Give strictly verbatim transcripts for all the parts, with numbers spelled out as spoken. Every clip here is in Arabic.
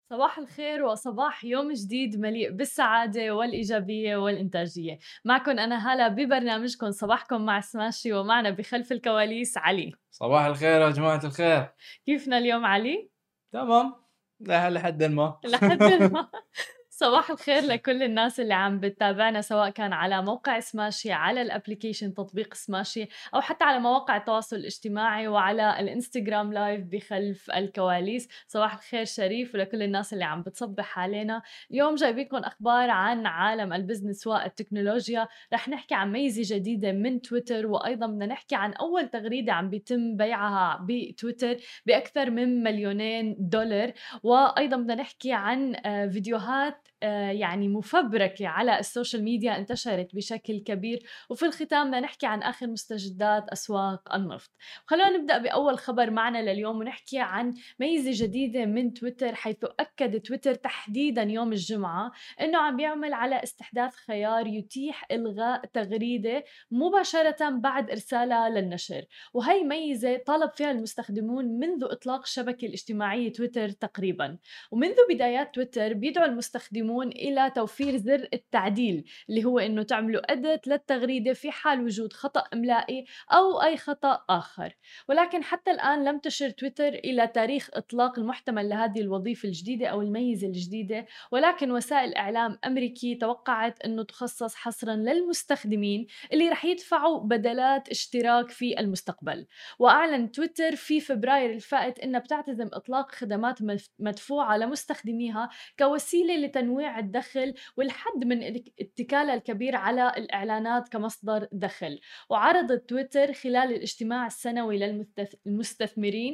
صباح الخير وصباح يوم جديد مليء بالسعادة والإيجابية والإنتاجية. معكم أنا هالة ببرنامجكم صباحكم مع سماشي، ومعنا بخلف الكواليس علي. صباح الخير يا جماعة الخير. كيفنا اليوم علي؟ تمام. لا لحدٍ ما. لحد ما صباح الخير لكل الناس اللي عم بتتابعنا، سواء كان على موقع سماشي، على الابليكيشن تطبيق سماشي، أو حتى على مواقع التواصل الاجتماعي وعلى الانستغرام لايف بخلف الكواليس. صباح الخير شريف ولكل الناس اللي عم بتصبح علينا. اليوم جايبينكم أخبار عن عالم البزنس والتكنولوجيا. رح نحكي عن ميزة جديدة من تويتر، وأيضا بدنا نحكي عن أول تغريدة عم بيتم بيعها بتويتر بأكثر من مليونين دولار. وأيضا بدنا نحكي عن آه، فيديوهات آه، يعني مفبركة على السوشيال ميديا انتشرت بشكل كبير. وفي الختام بدنا نحكي عن آخر مستجدات أسواق النفط. خلونا نبدأ بأول خبر معنا لليوم، ونحكي عن ميزة جديدة من تويتر، حيث أكد تويتر تحديدا يوم الجمعة أنه عم بيعمل على استحداث خيار يتيح إلغاء تغريدة مباشرة بعد إرسالها للنشر. وهي ميزة طالب فيها المستخدمون منذ إطلاق الشبكة الاجتماعية تويتر تقريبا. ومنذ بدايات تويتر بيدعو المستخدمون إلى توفير زر التعديل، اللي هو إنه تعملوا إديت للتغريدة في حال وجود خطأ إملائي أو أي خطأ آخر. ولكن حتى الآن لم تشر تويتر إلى تاريخ إطلاق المحتمل لهذه الوظيفة الجديدة أو الميزة الجديدة، ولكن وسائل إعلام أمريكي توقعت أنه تخصص حصرا للمستخدمين اللي رح يدفعوا بدلات اشتراك في المستقبل. وأعلن تويتر في فبراير الفائت أنها بتعتزم إطلاق خدمات مف- مدفوعة لمستخدميها كوسيلة لتنويع الدخل والحد من اتك- اتكالها الكبير على الإعلانات كمصدر دخل. وعرضت تويتر خلال الاجتماع السنوي للمستثمرين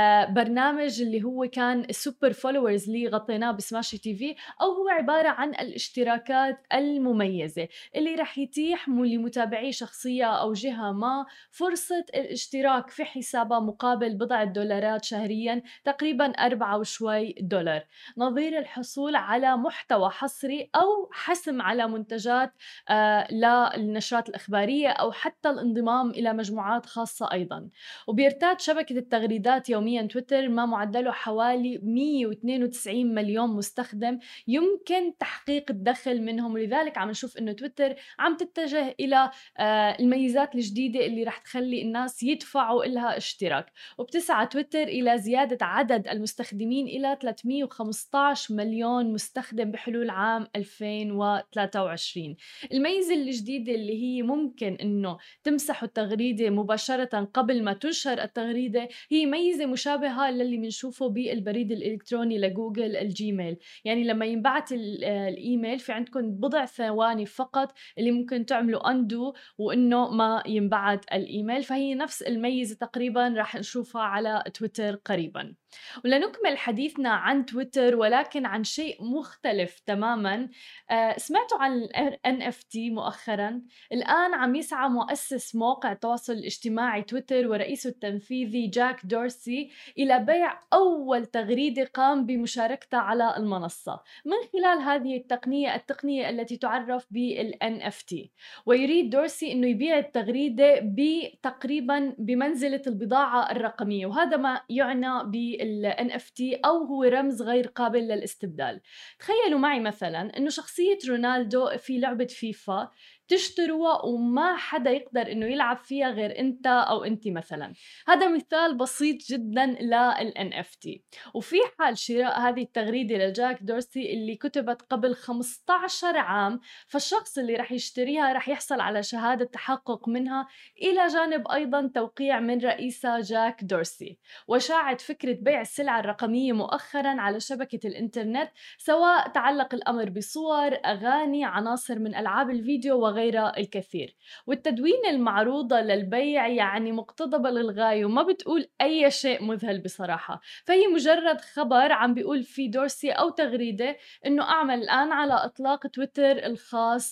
برنامج اللي هو كان السوبر فولورز اللي غطيناه بسماشي تي في، أو هو عبارة عن الاشتراكات المميزة اللي رح يتيح لمتابعي شخصية أو جهة ما فرصة الاشتراك في حسابها مقابل بضعة دولارات شهريا، تقريبا أربعة وشوي دولار، نظير الحصول على محتوى حصري أو حسم على منتجات آه للنشرات الإخبارية، أو حتى الانضمام إلى مجموعات خاصة أيضا. وبيرتاد شبكة التغريدات يوميا تويتر ما معدله حوالي مية واثنين وتسعين مليون مستخدم يمكن تحقيق الدخل منهم. ولذلك عم نشوف إنه تويتر عم تتجه إلى آه، الميزات الجديدة اللي رح تخلي الناس يدفعوا إلها اشتراك. وبتسعى تويتر إلى زيادة عدد المستخدمين إلى ثلاثمية وخمسطعش مليون مستخدم بحلول عام ألفين وثلاثة وعشرين. الميزة الجديدة اللي هي ممكن إنه تمسحوا التغريدة مباشرة قبل ما تنشر التغريدة، هي ميزة مشابهة للي بنشوفه بالبريد الإلكتروني لجوجل الجيميل. يعني لما ينبعت ال- آه، الإيميل في عندكم بضع ثواني فقط اللي ممكن تعملوا undo وإنه ما ينبعت الإيميل. فهي نفس الميزة تقريبا رح نشوفها على تويتر قريبا. ولنكمل حديثنا عن تويتر ولكن عن شيء مختلف تماما. آه، سمعتوا عن ال إن إف تي مؤخرا؟ الآن عم يسعى مؤسس موقع التواصل الاجتماعي تويتر ورئيسه التنفيذي جاك دورسي إلى بيع أول تغريدة قام بمشاركتها على المنصة من خلال هذه التقنية التقنية التي تعرف بال إن إف تي. ويريد دورسي أنه يبيع التغريدة بتقريبا بمنزلة البضاعة الرقمية، وهذا ما يعنى بال إن إف تي أو هو رمز غير قابل للاستبدال. تخيلوا معي مثلا أنه شخصية رونالدو في لعبة فيفا تشتروها وما حدا يقدر انه يلعب فيها غير انت او انت مثلا. هذا مثال بسيط جدا لل إن إف تي. وفي حال شراء هذه التغريدة لجاك دورسي اللي كتبت قبل خمسطعش عام، فالشخص اللي رح يشتريها رح يحصل على شهادة تحقق منها، إلى جانب أيضا توقيع من رئيسها جاك دورسي. وشاعت فكرة بيع السلعة الرقمية مؤخرا على شبكة الإنترنت، سواء تعلق الأمر بصور، أغاني، عناصر من ألعاب الفيديو وغيرها الكثير. والتدوين المعروضة للبيع يعني مقتضبة للغاية وما بتقول أي شيء مذهل بصراحة. فهي مجرد خبر عم بيقول في دورسي أو تغريدة إنه أعمل الآن على إطلاق تويتر الخاص بي.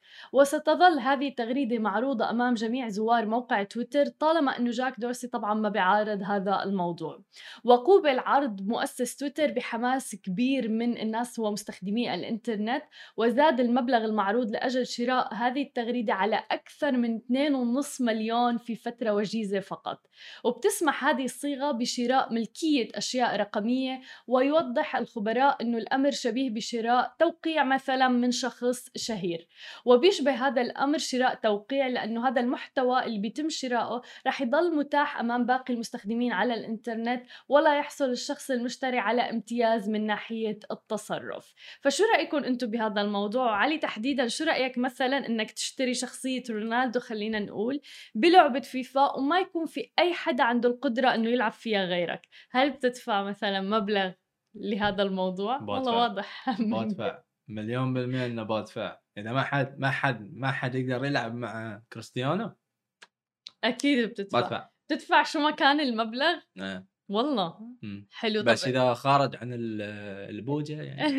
وستظل هذه التغريدة معروضة أمام جميع زوار موقع تويتر طالما أنه جاك دورسي طبعا ما بيعارض هذا الموضوع. وقوبل عرض مؤسس تويتر بحماس كبير من الناس ومستخدمي الإنترنت، وزاد المبلغ المعروض لأجل شراء هذه التغريدة على أكثر من اثنين ونصف مليون في فترة وجيزة فقط. وبتسمح هذه الصيغة بشراء ملكية أشياء رقمية، ويوضح الخبراء أنه الأمر شبيه بشراء توقيع مثلا من شخص شهير. وبيشبه هذا الأمر شراء توقيع، لأنه هذا المحتوى اللي بيتم شراؤه رح يضل متاح أمام باقي المستخدمين على الإنترنت، ولا يحصل الشخص المشتري على امتياز من ناحية التصرف. فشو رأيكم أنتم بهذا الموضوع؟ علي تحديدا، شو رأيك مثلا أنك تشتري شخصية رونالدو خلينا نقول بلعبة فيفا وما يكون في أي حدا عنده القدرة أنه يلعب فيها غيرك؟ هل بتدفع مثلا مبلغ لهذا الموضوع؟ والله بدفع واضح. بدفع مليون بالمية إنه بدفع. إذا ما حد ما حد ما حد يقدر يلعب مع كريستيانو أكيد بتدفع. بدفع. بتدفع شو ما كان المبلغ؟ إيه. والله إمم. حلو. بس طب إذا خارج عن ال البوجة يعني.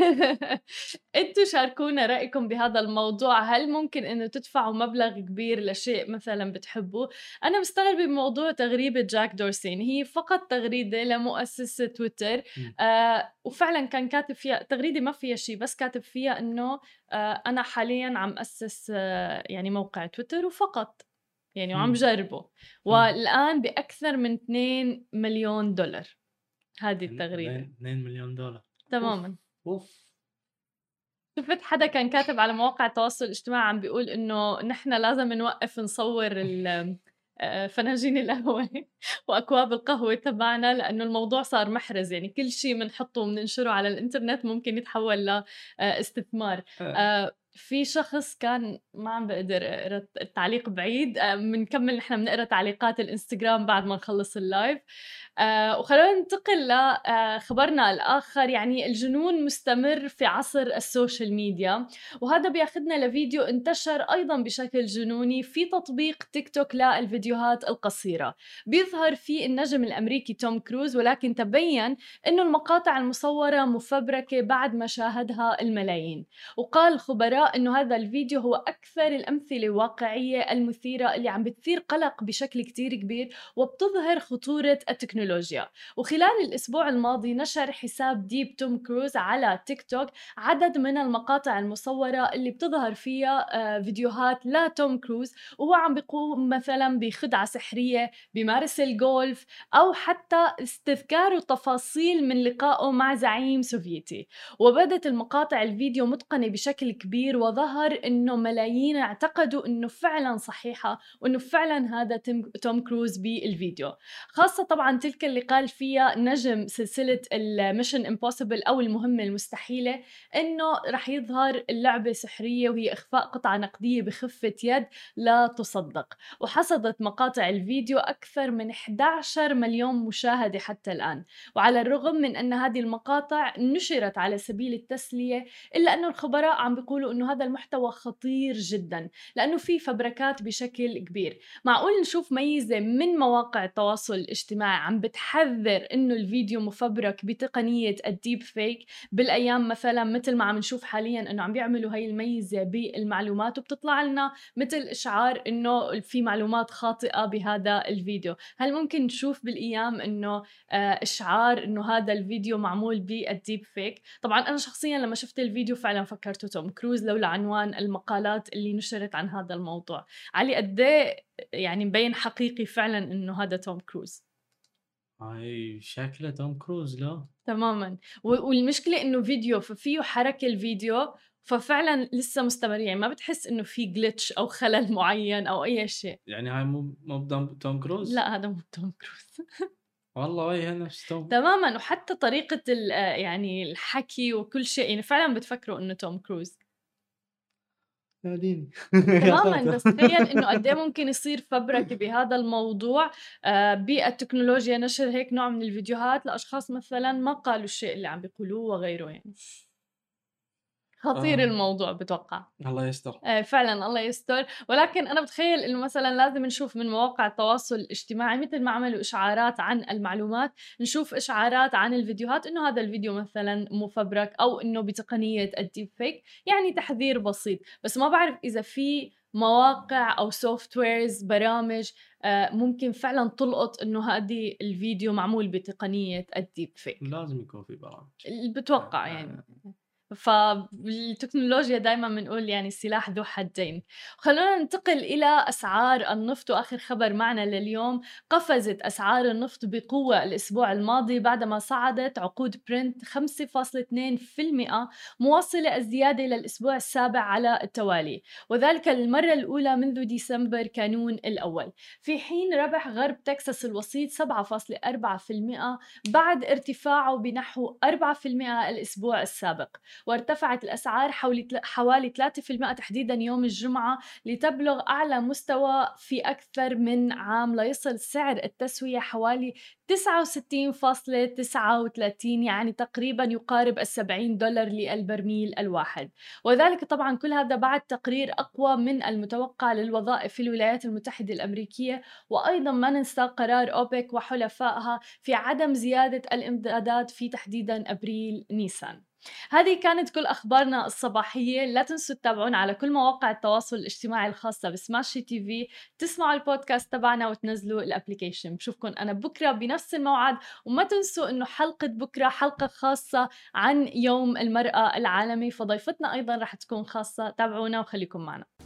انتوا شاركونا رأيكم بهذا الموضوع. هل ممكن انه تدفعوا مبلغ كبير لشيء مثلا بتحبوه؟ انا مستغربة بموضوع تغريدة جاك دورسين، هي فقط تغريدة لمؤسسة تويتر. إمم. آه وفعلا كان كاتب فيها تغريدة ما فيها شيء، بس كاتب فيها انه آه انا حاليا عم أسس آه يعني موقع تويتر وفقط، يعني وعم إمم. جربه. إمم. والآن بأكثر من اثنين مليون دولار هذه التغريدة. اثنين مليون دولار. تماما. أوف. شُفت حدا كان كاتب على مواقع التواصل الاجتماعي عم بيقول إنه نحن لازم نوقّف نصوّر ال آآ فناجين القهوة وأكواب القهوة تبعنا، لإنه الموضوع صار محرز، يعني كل شي بنحطّه وبننشره على الإنترنت ممكن يتحوّل ل آآ استثمار. إيه. آآ في شخص كان ما عم باقدر أقرا التعليق بعيد، آآ بنكمّل نحن بنقرا تعليقات الإنستجرام بعد ما نخلّص الlive. آآ وخلّونا ننتقل ل آآ خبرنا الآخر، يعني الجنون مستمر في عصر السوشيال ميديا، وهذا بياخدنا لفيديو انتشر أيضًا بشكل جنوني في تطبيق تيك توك للفيديوهات القصيرة. بيظهر فيه النجم الأمريكي توم كروز، ولكن تبين إنه المقاطع المصورة مفبركة بعد ما شاهدها الملايين. وقال الخبراء إنه هذا الفيديو هو أكثر الأمثلة الواقعية المثيرة اللي عم بتثير قلق بشكل كتير كبير، وبتظهر خطورة التكنولوجيا. وخلال الأسبوع الماضي نشر حساب ديب توم كروز على تيك توك عدد من المقاطع المصورة اللي بتظهر فيها آه، فيديوهات لتوم كروز وهو عم بيقوم مثلا بخدعة سحرية، بيمارس الجولف، أو حتى استذكار تفاصيل من لقائه مع زعيم سوفيتي. وبدت المقاطع الفيديو متقنة بشكل كبير، وظهر إنه ملايين اعتقدوا إنه فعلا صحيحة وإنه فعلا هذا توم كروز بالفيديو. خاصة طبعا تلك اللي قال فيها نجم سلسلة الميشن امبوسيبل أو المهمة المستحيلة إنه رح يظهر اللعبة سحرية وهي إخفاء قطعة نقدية بخفة يد لا تصدق. وحصدت مقاطع الفيديو أكثر من إحدى عشر مليون مشاهدة حتى الآن. وعلى الرغم من أن هذه المقاطع نشرت على سبيل التسلية، إلا أنه الخبراء عم بيقولوا أنه هذا المحتوى خطير جدا، لأنه فيه فبركات بشكل كبير. معقول نشوف ميزة من مواقع التواصل الاجتماعي عم بتحذر إنه الفيديو مفبرك بتقنية الديب فيك بالأيام مثلا مثل ما عم نشوف حاليا إنه عم بيعملوا هاي الميزة بالمعلومات، وبتطلع لنا مثل إشعار إنه في معلومات خاطئة بهذا الفيديو؟ هل ممكن نشوف بالأيام إنه آه، إشعار إنه هذا الفيديو معمول بالديب فيك؟ طبعا أنا شخصيا لما شفت الفيديو فعلا فكرته توم كروز لولا عنوان المقالات اللي نشرت عن هذا الموضوع. علي قد يعني مبين حقيقي فعلا إنه هذا توم كروز. هاي شكله توم كروز لا. تمامًا. و والمشكلة إنه فيديو، ففيه حركة الفيديو، ففعلًا لسه مستمر، يعني ما بتحس إنه في glitch أو خلل معين أو أي شيء. يعني هاي مو مو بدم توم كروز. لأ هذا مو توم كروز. والله هي نفس توم. تمامًا. وحتى طريقة ال آآ يعني الحكي وكل شيء، يعني فعلًا بتفكروا إنه توم كروز. يا ديني. يا تمامًا. بس ساتر. تخيل إنه قد إيه ممكن يصير فبركة بهذا الموضوع آآ بالتكنولوجيا، نشر هيك نوع من الفيديوهات لأشخاص مثلًا ما قالوا الشيء اللي عم بيقولوه وغيره يعني. خطير آه، الموضوع باتوقع. الله يستر. آآ فعلًا الله يستر، ولكن أنا باتخيّل إنه مثلًا لازم نشوف من مواقع التواصل الاجتماعي متل ما عملوا إشعارات عن المعلومات، نشوف إشعارات عن الفيديوهات إنه هذا الفيديو مثلًا مفبرك أو إنه بتقنية الdeepfake، يعني تحذير بسيط، بس ما باعرف إذا في مواقع أو softwares برامج آآ ممكن فعلًا تلقط إنه هادي الفيديو معمول بتقنية الdeepfake. لازم يكون في برامج. ال آه، باتوقع يعني. آه، فالتكنولوجيا دايمًا بنقول يعني سلاح ذو حدين. خلّونا ننتقل إلى أسعار النفط وآخر خبر معنا لليوم. قفزت أسعار النفط بقوة الأسبوع الماضي بعدما صعدت عقود برنت خمسة فاصلة اثنين بالمئة مواصلة الزيادة للأسبوع السابع على التوالي، وذلك للمرة الأولى منذ ديسمبر كانون الأول، في حين ربح غرب تكساس الوسيط سبعة فاصلة أربعة بالمئة بعد ارتفاعه بنحو أربعة بالمئة الأسبوع السابق. وارتفعت الأسعار حوالي تل- حوالي ثلاثة بالمئة تحديدا يوم الجمعة لتبلغ أعلى مستوى في أكثر من عام، ليصل سعر التسوية حوالي تسعة وستين فاصلة تسعة وثلاثين، يعني تقريبا يقارب السبعين دولار للبرميل الواحد. وذلك طبعا كل هذا بعد تقرير أقوى من المتوقع للوظائف في الولايات المتحدة الأمريكية، وأيضا ما ننسى قرار أوبك وحلفائها في عدم زيادة الإمدادات في تحديدا أبريل نيسان. هذه كانت كل أخبارنا الصباحية. لا تنسوا تتابعونا على كل مواقع التواصل الاجتماعي الخاصة بسماشي تي في، تسمعوا البودكاست تبعنا وتنزلوا الابليكيشن. بشوفكن أنا بكرة بنفس الموعد، وما تنسوا إنه حلقة بكرة حلقة خاصة عن يوم المرأة العالمي، فضيفتنا أيضا رح تكون خاصة. تابعونا وخليكم معنا.